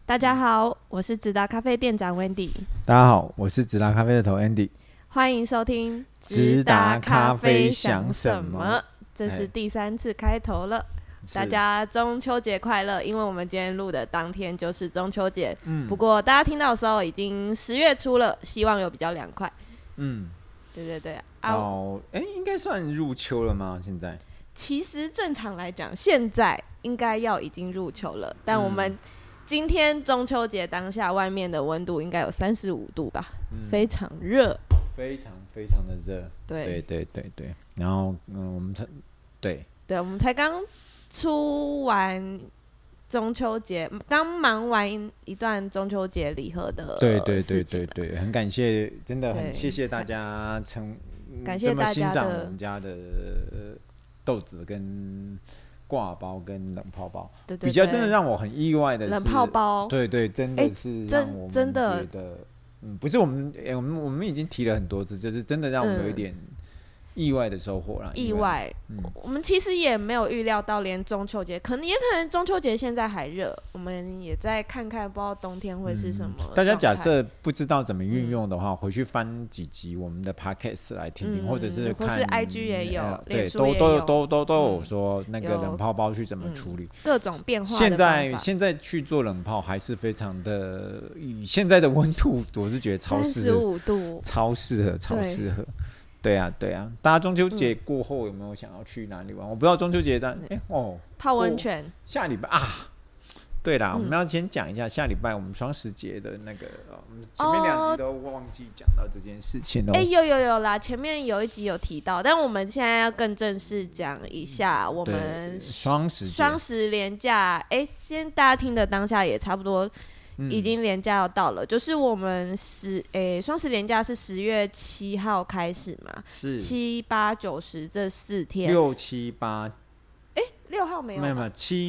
大家好，我是直达咖啡店长 Wendy。 大家好，我是直达咖啡的头 Andy。 欢迎收听直达咖啡想什么？ 这是第3次开头了。大家中秋节快乐！因为我们今天录的当天就是中秋节，不过大家听到的时候已经10月初了，希望有比较凉快。对应该算入秋了吗？现在其实正常来讲，现在应该要已经入秋了，但我们今天中秋节当下，外面的温度应该有35度吧，非常热， 非常非常的热。 对， 然后我们才刚出完中秋节，刚忙完一段中秋节礼盒的事情。 对，很感谢，真的很谢谢大家感谢大家这么欣赏我们家的豆子跟挂包跟冷泡包。对，比较真的让我很意外的是冷泡包， 对，真的是让我们真的觉得，不是我们已经提了很多次，就是真的让我们有一点意外的收获啦。 意外，我们其实也没有预料到，连中秋节也可能中秋节现在还热，我们也再看看，不知道冬天会是什么。 大家假设不知道怎么运用的话，回去翻几集我们的 podcast 来听听，或者是看， 或是 IG 也有， 对， 都有说那个冷泡包去怎么处理， 各种变化的方法。 现在去做冷泡还是非常的，以现在的温度，我是觉得超适合 ，35度， 超适合。对啊，大家中秋节过后有没有想要去哪里玩？我不知道中秋节泡温泉。 下礼拜啊，对啦，我们要先讲一下下礼拜我们双十节的那个，我们前面2集都忘记讲到这件事情哦。 有啦，前面有一集有提到，但我们现在要更正式讲一下，我们双十连假，今天大家听的当下也差不多。已经连假要到了，就是我们双十连假是10月7号开始嘛，是7、8、9、10这4天 ，6、7、8，6 号没有 7、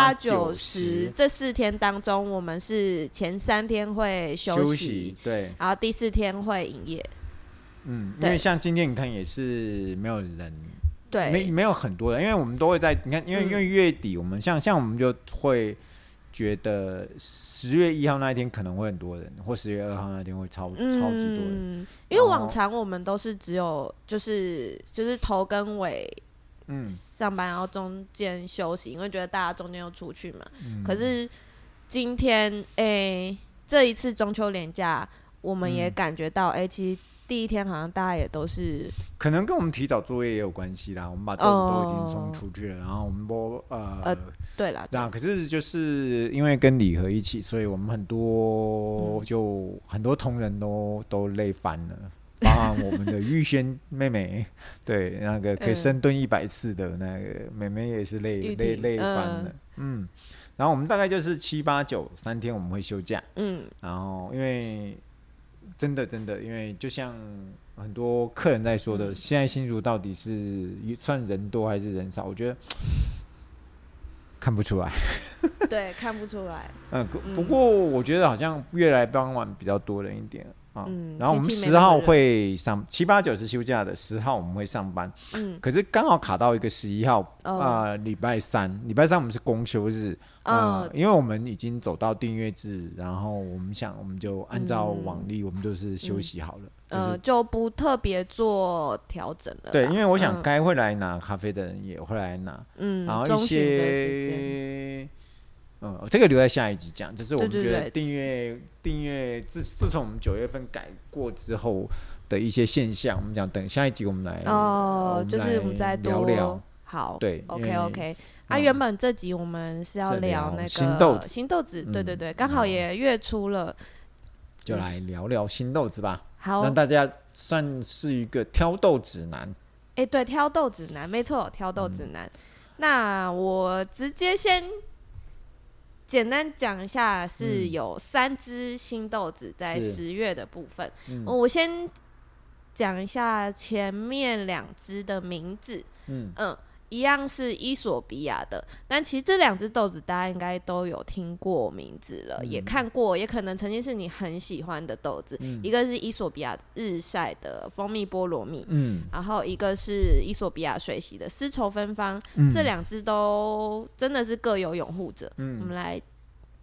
8、9、10这4天当中，我们是前3天会休息， 对， 然后第4天会营业。 因为像今天你看也是没有人， 对， 没有很多人，因为我们都会在你看，因为月底我们像我们就会觉得10月1号那一天可能会很多人，或10月2号那一天会超级多人。 因为往常我们都是只有就是头跟尾上班，然后中间休息，因为觉得大家中间又出去嘛。可是今天这一次中秋连假，我们也感觉到其实第一天好像大家也都是， 可能跟我们提早作业也有关系啦。我们把豆子都已经送出去了，然后我们对啦， 可是就是因为跟礼盒一起，所以我们很多同仁都累翻了，包含我们的玉轩妹妹，对，那个可以深蹲100次的那个妹妹也是累翻了，然后我们大概就是7、8、9 3天我们会休假，然后因为真的，因为就像很多客人在说的，现在新竹到底是算人多还是人少？我觉得看不出来。 对，看不出来。 不过我觉得好像越来傍晚比较多人一点然后我们10号会上，7、8、9是休假的，10号我们会上班。可是刚好卡到一个11号，礼拜三我们是公休日。因为我们已经走到订阅制，然后我们就按照往例，我们就是休息好了， 就不特别做调整了。 对，因为我想该会来拿咖啡的人也会来拿，然后一些这个留在下一集讲，就是我们觉得订阅自从我们9月份改过之后的一些现象，我们讲等下一集我们来就是我们再多聊。 好， 对 ，OK。原本这集我们是要聊那个新豆子，对，刚好也月初了， 就来聊聊新豆子吧。 好， 让大家算是一个挑豆指南。 对，挑豆指南，没错，挑豆指南。那我直接先简单讲一下，是有3支新豆子在10月的部分。我先讲一下前面2支的名字。一样是伊索比亚的，但其实这2只豆子大家应该都有听过名字了，也看过，也可能曾经是你很喜欢的豆子。一个是伊索比亚日晒的蜂蜜菠萝蜜，然后一个是伊索比亚水洗的丝绸芬芳，这2只都真的是各有拥护者。我们来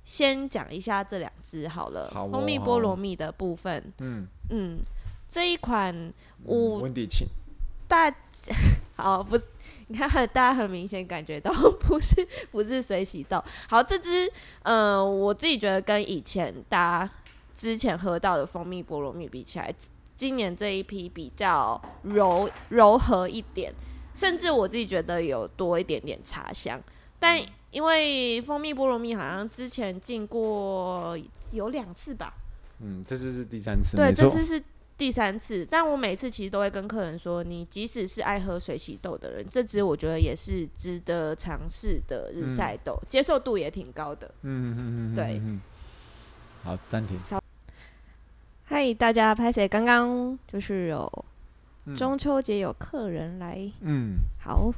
先讲一下这2支好了，蜂蜜菠萝蜜的部分。这一款温迪请好不是，你看大家很明显感觉到不是水洗豆。好，这支我自己觉得跟以前大家之前喝到的蜂蜜菠萝蜜比起来，今年这一批比较柔和一点，甚至我自己觉得有多一点点茶香。但因为蜂蜜菠萝蜜好像之前进过有2次吧， 这次是第3次， 对，这次是第3次。但我每次其实都会跟客人说，你即使是爱喝水洗豆的人，这支我觉得也是值得尝试的日晒豆，接受度也挺高的。对。 好，暂停。 嗨，大家拍谁？刚刚就是有中秋节有客人来，好，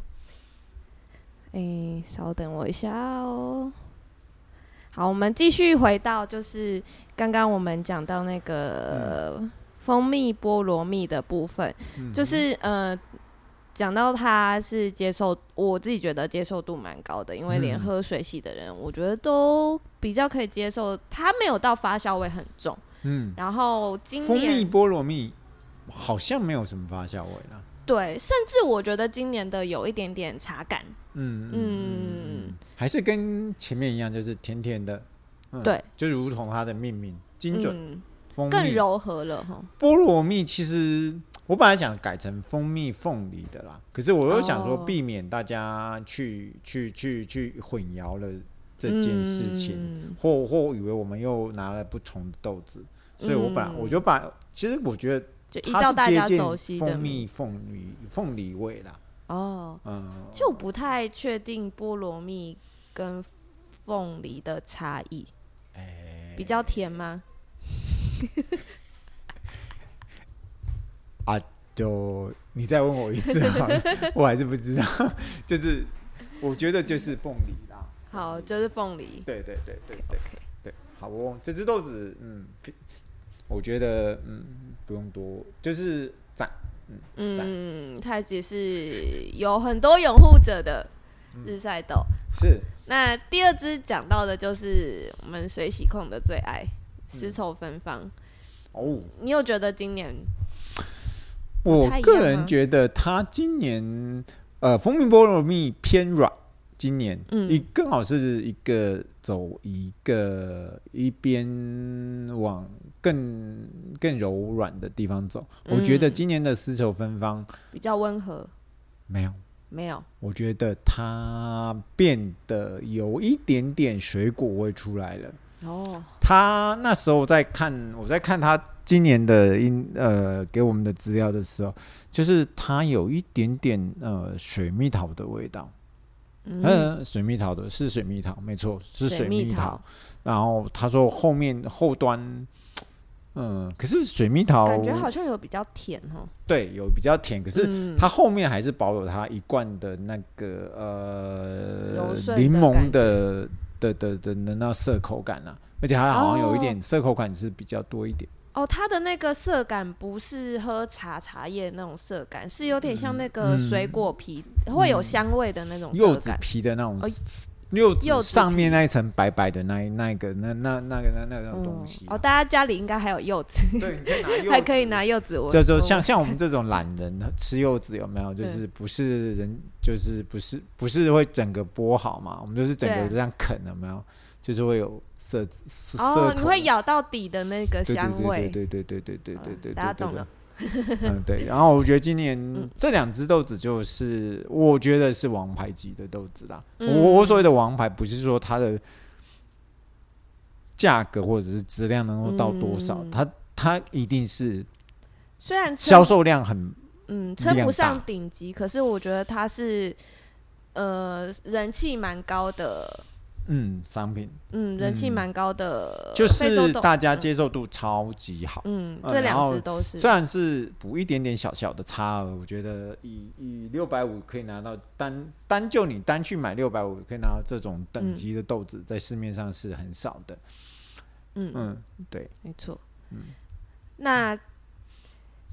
稍等我一下哦。好，我们继续回到就是刚刚我们讲到那个蜂蜜菠萝蜜的部分，就是讲到它是我自己觉得接受度蛮高的，因为连喝水洗的人，我觉得都比较可以接受，它没有到发酵味很重。然后今年蜂蜜菠萝蜜好像没有什么发酵味啦。 对，甚至我觉得今年的有一点点茶感。 还是跟前面一样，就是甜甜的。 对， 就如同它的命名精准。蜂蜜更柔和了哈。 菠萝蜜其实我本来想改成蜂蜜凤梨的啦，可是我又想说避免大家去混淆了这件事情，或以为我们又拿了不同的豆子，所以我就把其实我觉得就依照大家熟悉的蜂蜜凤梨味啦。 其实我不太确定菠萝蜜跟凤梨的差异，比较甜吗？ 就你再问我一次好了，我还是不知道。就是我觉得就是凤梨啦。 好，就是凤梨。 对，好哦，这只豆子，我觉得不用多，就是赞。 它也是有很多拥护者的日晒豆。 是。那第2支讲到的就是我们水洗控的最爱丝绸芬芳。你有觉得今年？ 我个人觉得它今年蜂蜜菠萝蜜偏软，今年更好是一个走一边往更柔软的地方走。我觉得今年的丝绸芬芳比较温和。 没有，我觉得它变得有一点点水果味出来了。他那时候我在看他今年的给我们的资料的时候，就是他有一点点水蜜桃的味道。水蜜桃是水蜜桃，没错，是水蜜桃。然后他说后端，可是水蜜桃感觉好像有比较甜哦。 对，有比较甜，可是它后面还是保有它一贯的那个柠檬的那涩口感啊，而且它好像有一点涩口感是比较多一点。 它的那个涩感不是喝茶叶那种涩感，是有点像那个水果皮会有香味的那种涩感， 柚子皮的那种。柚子上面那一层白白的那个种东西。 大家家里应该还有柚子， 对，你可以拿柚子， 还可以拿柚子。 就像我们这种懒人吃柚子有没有？就是不是人，就是不是会整个剥好嘛？我们就是整个这样啃，有没有？就是会有涩口。 你会咬到底的那个香味。 对， 大家懂了。 对，然后我觉得今年这2只豆子就是我觉得是王牌级的豆子啦。我所谓的王牌不是说它的价格或者是质量能够到多少，它一定是虽然销售量很称不上顶级，可是我觉得它是人气蛮高的。 商品， 人气蛮高的， 就是大家接受度超级好。 这2支都是， 虽然是补一点点小小的差额，我觉得以650可以拿到就你单去买650可以拿到这种等级的豆子，在市面上是很少的。对， 没错。那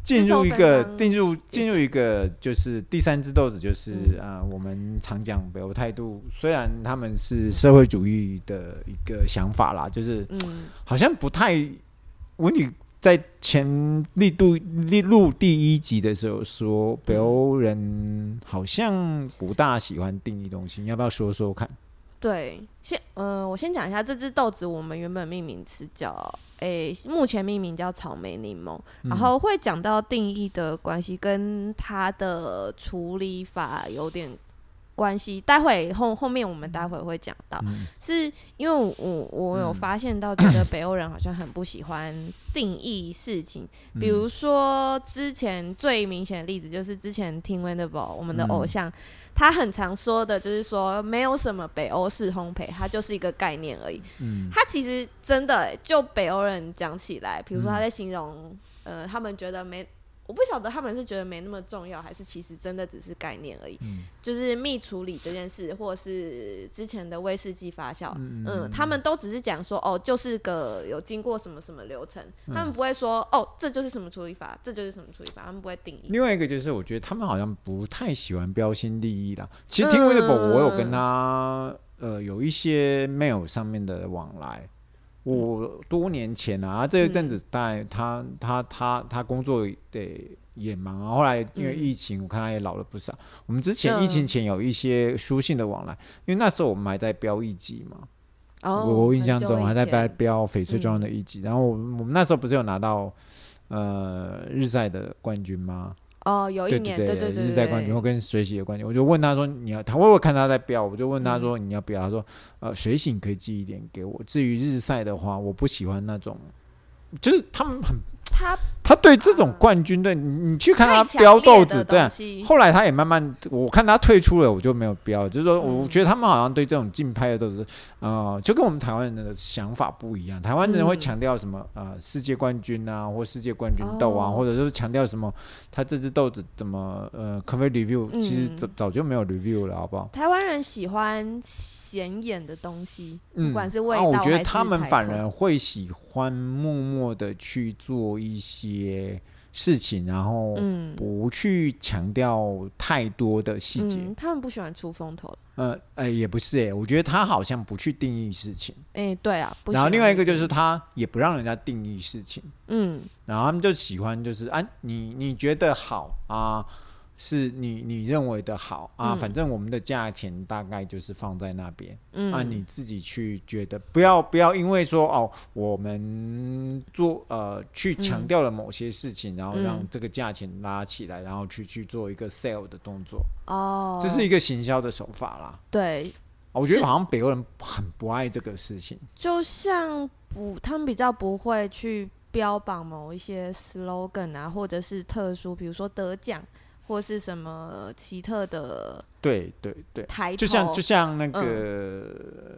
进入一个就是第三支豆子，就是我们常讲北欧态度，虽然他们是社会主义的一个想法啦，就是好像不太，你在前录第一集的时候说，北欧人好像不大喜欢定义东西，你要不要说说看？ 对，我先讲一下这支豆子，我们原本命名是叫目前命名叫草莓柠檬，然后会讲到定义的关系跟它的处理法有点关系，待会后面我们待会会讲到，是因为我有发现到，觉得北欧人好像很不喜欢定义事情，比如说之前最明显的例子就是之前听 Venable 我们的偶像，他很常说的就是说没有什么北欧式烘焙，它就是一个概念而已。他其实真的就北欧人讲起来，比如说他在形容他们觉得我不晓得他们是觉得没那么重要，还是其实真的只是概念而已。就是蜜处理这件事，或是之前的威士忌发酵，他们都只是讲说就是个有经过什么什么流程，他们不会说这就是什么处理法，这就是什么处理法，他们不会定义。 另外一个就是我觉得他们好像不太喜欢标新立异啦。其实听 Venable 我有跟他有一些 mail 上面的往来。我多年前这一阵子当然他工作也忙后来因为疫情，我看他也老了不少。我们之前疫情前有一些书信的往来，因为那时候我们还在标一级嘛，我印象中还在标翡翠庄的一级，然后我们那时候不是有拿到日赛的冠军吗？ 有一年，对， 日赛冠军或跟水洗的冠军，我就问他说我看他在标，我就问他说你要不要？他说水洗你可以寄一点给我，至于日赛的话，我不喜欢那种，就是他们他对这种冠军队，你去看他标豆子，对啊，后来他也慢慢，我看他退出了，我就没有标，就是说，我觉得他们好像对这种竞拍的豆子，就跟我们台湾人的想法不一样。台湾人会强调什么世界冠军啊，或世界冠军豆啊，或者就是强调什么，他这支豆子怎么cover review，其实早就没有 review 了，好不好？ 台湾人喜欢显眼的东西，不管是味道还是我觉得他们反而会喜欢默默的去做一些事情，然后不去强调太多的细节。 他们不喜欢出风头也不是我觉得他好像不去定义事情。 对啊。 然后另外一个就是他也不让人家定义事情。然后他们就喜欢就是你觉得好是你认为的好反正我们的价钱大概就是放在那边你自己去觉得，不要因为说我们去强调了某些事情，然后让这个价钱拉起来，然后去做一个 sale 的动作这是一个行销的手法啦。 对， 我觉得好像北欧人很不爱这个事情， 就像他们比较不会去标榜某一些 slogan 或者是特殊，比如说得奖或是什么奇特的， 对，就像那个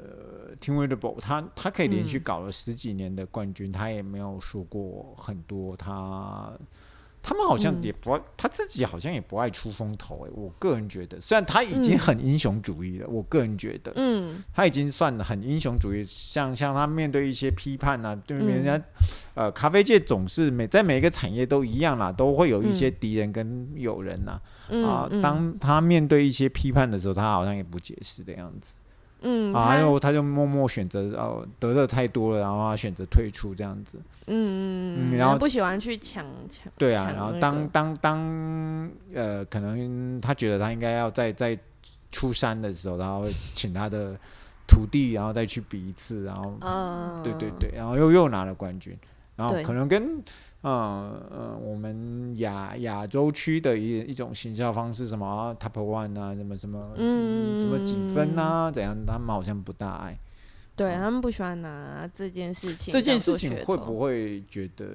Team Venable， 他可以连续搞了10几年的冠军，他也没有说过很多他们好像也不爱，他自己好像也不爱出风头我个人觉得，虽然他已经很英雄主义了，我个人觉得，他已经算很英雄主义，像他面对一些批判对人家咖啡界总是在每一个产业都一样啦，都会有一些敌人跟友人当他面对一些批判的时候，他好像也不解释的样子。他就默默选择得的太多了，然后他选择退出这样子。 然后不喜欢去抢。 对啊，然后当可能他觉得他应该要再出山的时候，然后请他的徒弟，然后再去比一次，然后对，然后又拿了冠军。然后可能跟我们亚洲区的一种行销方式，什么 Top One 什么几分怎样，他们好像不大爱。 对，他们不喜欢拿这件事情。 这件事情会不会觉得，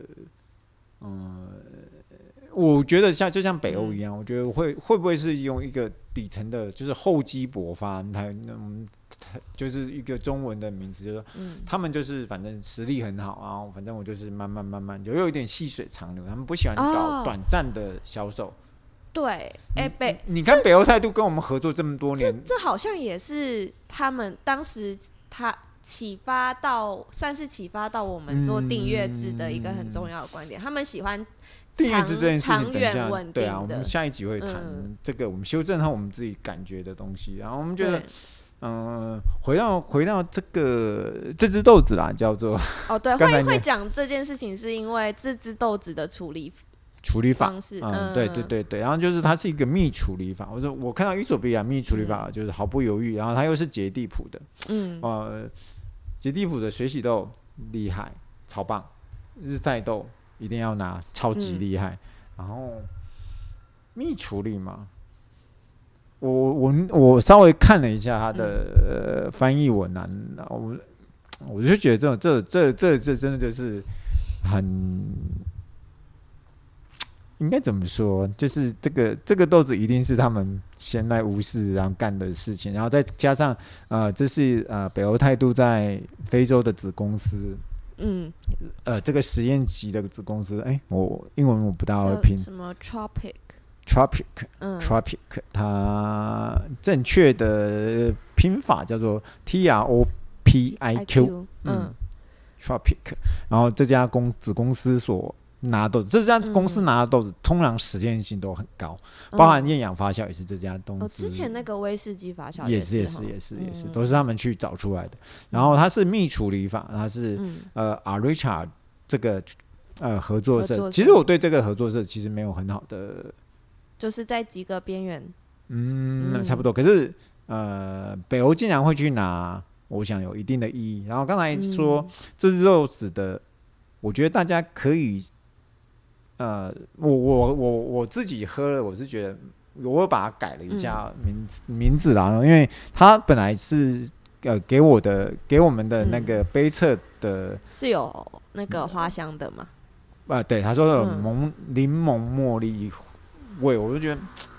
我觉得就像北欧一样，我觉得会不会是用一个底层的，就是厚积薄发，就是一个中文的名字，就是他们就是反正实力很好反正我就是慢慢就有一点细水长流，他们不喜欢搞短暂的销售。 对， 你看北欧态度跟我们合作这么多年， 这好像也是他们当时算是启发到我们做订阅制的一个很重要的观点。他们喜欢订阅制这件事情， 长等一下远稳定的， 对啊，我们下一集会谈这个，我们修正后我们自己感觉的东西。然后我们觉得，回到这只豆子啦，叫做对，会讲这件事情，是因为这只豆子的处理法方式， 对，然后就是它是一个蜜处理法。我看到伊索比亚蜜处理法就是毫不犹豫，然后它又是杰地普的，杰地普的水洗豆厉害，超棒，日晒豆一定要拿，超级厉害。然后蜜处理嘛，我稍微看了一下它的翻译文啊，我就觉得这真的就是很。应该怎么说？就是这个豆子一定是他们先来无视然后干的事情，然后再加上这是北欧态度在非洲的子公司，这个实验级的子公司，我英文我不大会拼， 什么 tropic， 它正确的拼法叫做 TROPIQ，tropic， 然后这家子公司所拿豆子，这家公司拿的豆子通常实验性都很高，包含厌氧发酵也是这家公司。 之前那个威士忌发酵也是，都是他们去找出来的。然后它是蜜处理法，它是Aricha 这个合作社。其实我对这个合作社其实没有很好的， 就是在几个边缘， 差不多。可是北欧竟然会去拿，我想有一定的意义。然后刚才说这只豆子的，我觉得大家可以。我自己喝了，我是觉得我把它改了一下名字啦，因为它本来是给我们的那个杯测的是有那个花香的嘛？ 对，他说有柠檬茉莉味，我就觉得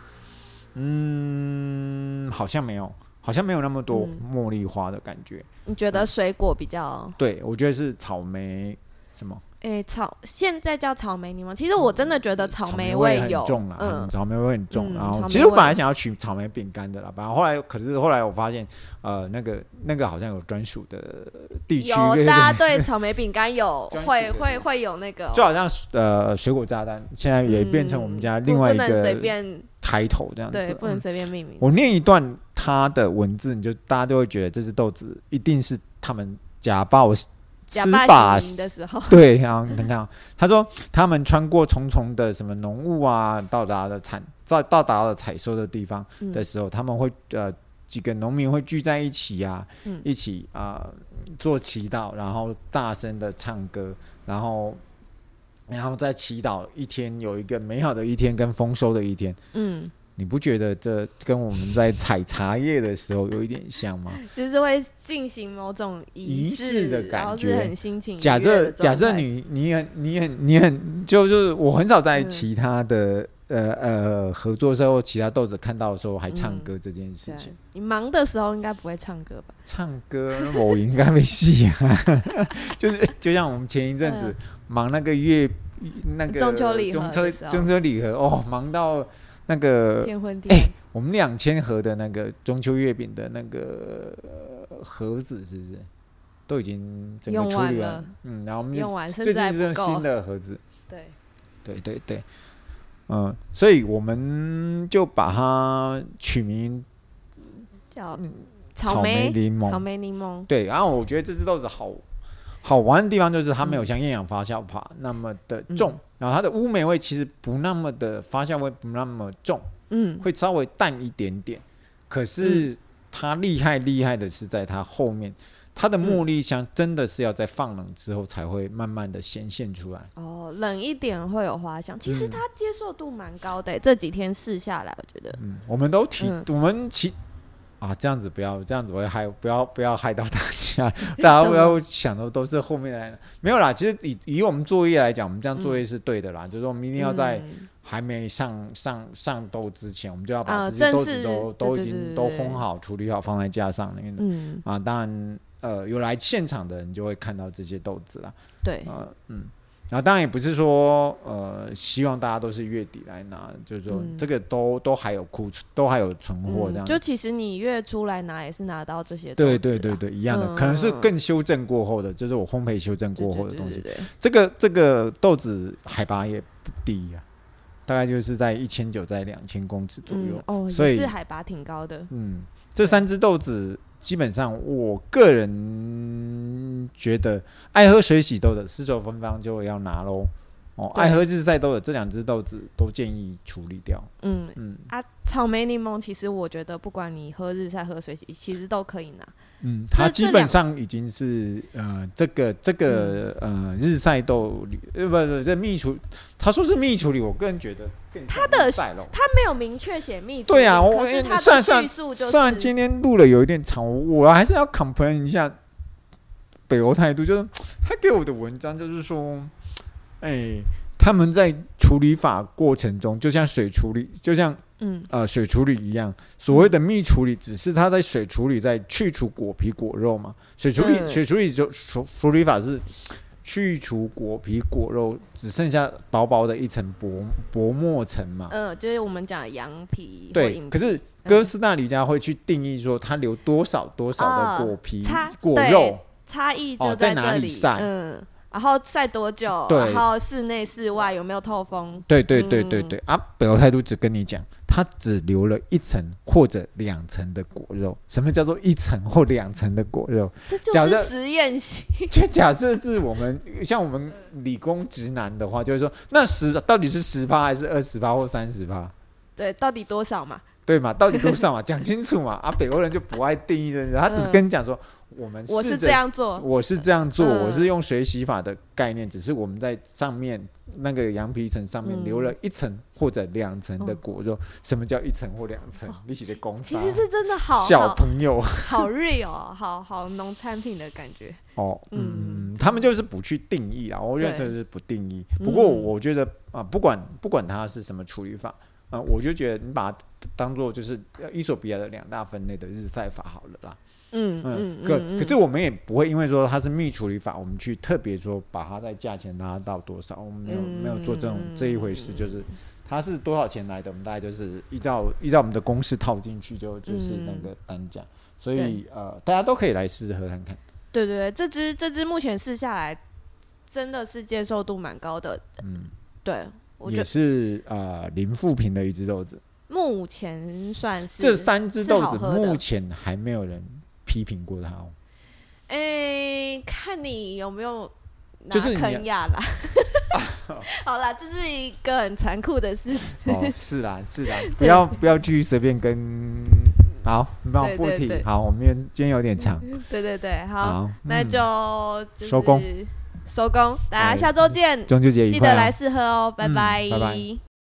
好像没有那么多茉莉花的感觉。 你觉得水果比较？ 对，我觉得是草莓什么？ 现在叫草莓柠檬，其实我真的觉得草莓味有很重啦，草莓味很重。然后其实我本来想要取草莓饼干的啦，可是后来我发现，那个好像有专属的地区， 有大家对草莓饼干有会有那个， 就好像水果炸弹，现在也变成我们家另外一个不能随便抬头这样子， 对，不能随便命名。 我念一段它的文字，大家都会觉得这只豆子一定是他们假霸的时候， 对，然后你看，他说他们穿过重重的什么浓雾啊，到达了采收的地方的时候，他们会几个农民会聚在一起啊，一起做祈祷，然后大声的唱歌，然后再祈祷一天有一个美好的一天跟丰收的一天。你不觉得这跟我们在采茶叶的时候有一点像吗？ 就是会进行某种仪式的感觉， 然后是很心情。 假设你很就是我很少在其他的合作社或其他豆子看到的时候还唱歌这件事情。 你忙的时候应该不会唱歌吧？ 唱歌我应该没戏啊，就像我们前一阵子忙那个中秋礼盒忙到。那个天昏地暗， 我们2000盒的那个中秋月饼的那个盒子是不是都已经整个处理完了？然后我们用完， 最近是新的盒子。 对， 所以我们就把它取名叫草莓柠檬。 对，然后我觉得这只豆子好玩的地方就是它没有像厌氧发酵法那么的重，然后它的乌梅味其实不那么的发酵味不那么重，会稍微淡一点点。可是它厉害的是在它后面，它的茉莉香真的是要在放冷之后才会慢慢的显现出来。 冷一点会有花香，其实它接受度蛮高的，这几天试下来，我觉得。 我们都这样子会害，不要害到大家，大家不要想的都是后面来的，没有啦。其实以我们作业来讲，我们这样作业是对的啦，就是说我们一定要在还没上豆之前，我们就要把这些豆子都已经都烘好、处理好，放在架上当然有来现场的人就会看到这些豆子啦。 对， 然后当然也不是说希望大家都是月底来拿，就是说这个都还有库存，都还有存货这样、 就其实你月初来拿也是拿到这些豆子， 对，一样的、可能是更修正过后的，就是我烘焙修正过后的东西。 对， 这个豆子海拔也不低啊，大概就是在1900在2000公尺左右，所以也是海拔挺高的。 这3支豆子基本上我个人觉得爱喝水洗豆的丝绸芬芳就要拿咯。爱喝日晒豆的这2支豆子都建议处理掉。 草莓柠檬其实我觉得不管你喝日晒喝水洗其实都可以拿。 它基本上已经是这个日晒豆不这蜜处，他说是蜜处理，我个人觉得它没有明确写蜜处理。 对啊， 可是它的叙述就是虽然今天录了有一点长，我还是要 complain 一下北欧态度，就是他给我的文章就是说，他们在处理法过程中，就像水处理，就像水处理一样，所谓的蜜处理只是它在水处理在去除果皮果肉嘛。水处理法是去除果皮果肉，只剩下薄薄的一层薄膜层嘛。 就是我们讲的羊皮。 对，可是哥斯达黎加会去定义说它留多少的果皮果肉， 差异就在哪里晒。 然后晒多久？然后室内室外有没有透风？ 对北欧态度只跟你讲，它只留了1层或者2层的果肉。什么叫做1层或2层的果肉？ 这就是实验性。 就假设是像我们理工直男的话，就是说，那到底是10%还是20%或30%？ 对，到底多少嘛？ 对嘛，到底多少嘛？讲清楚嘛！北欧人就不爱定义的，他只是跟你讲说。我是这样做， 我是用水洗法的概念，只是我们在上面那个羊皮层上面留了1层或者2层的果肉。什么叫1层或2层？你写的公司， 其实是真的好小朋友， 好 real 好农产品的感觉。 他们就是不去定义啊，我觉得就是不定义。不过我觉得不管它是什么处理法，我就觉得你把它当做就是伊索比亚的2大分类的日晒法好了啦。可是我们也不会因为说它是蜜处理法，我们去特别说把它在价钱拉到多少，我们没有做这一回事，就是它是多少钱来的，我们大概就是依照我们的公式套进去就是那个单价，所以大家都可以来试试喝看看。 对，这支目前试下来真的是接受度蛮高的。对，我觉得也是零负评的一支豆子， 目前算是这3支豆子目前还没有人批评过它哦。 看你有没有拿肯亚啦。好啦，这是一个很残酷的事实。 是啦，不要去随便跟。好，不提。好，我们今天有点长。 对，好，那就是收工， 大家下周见。 中秋节愉快， 记得来试喝哦，拜拜。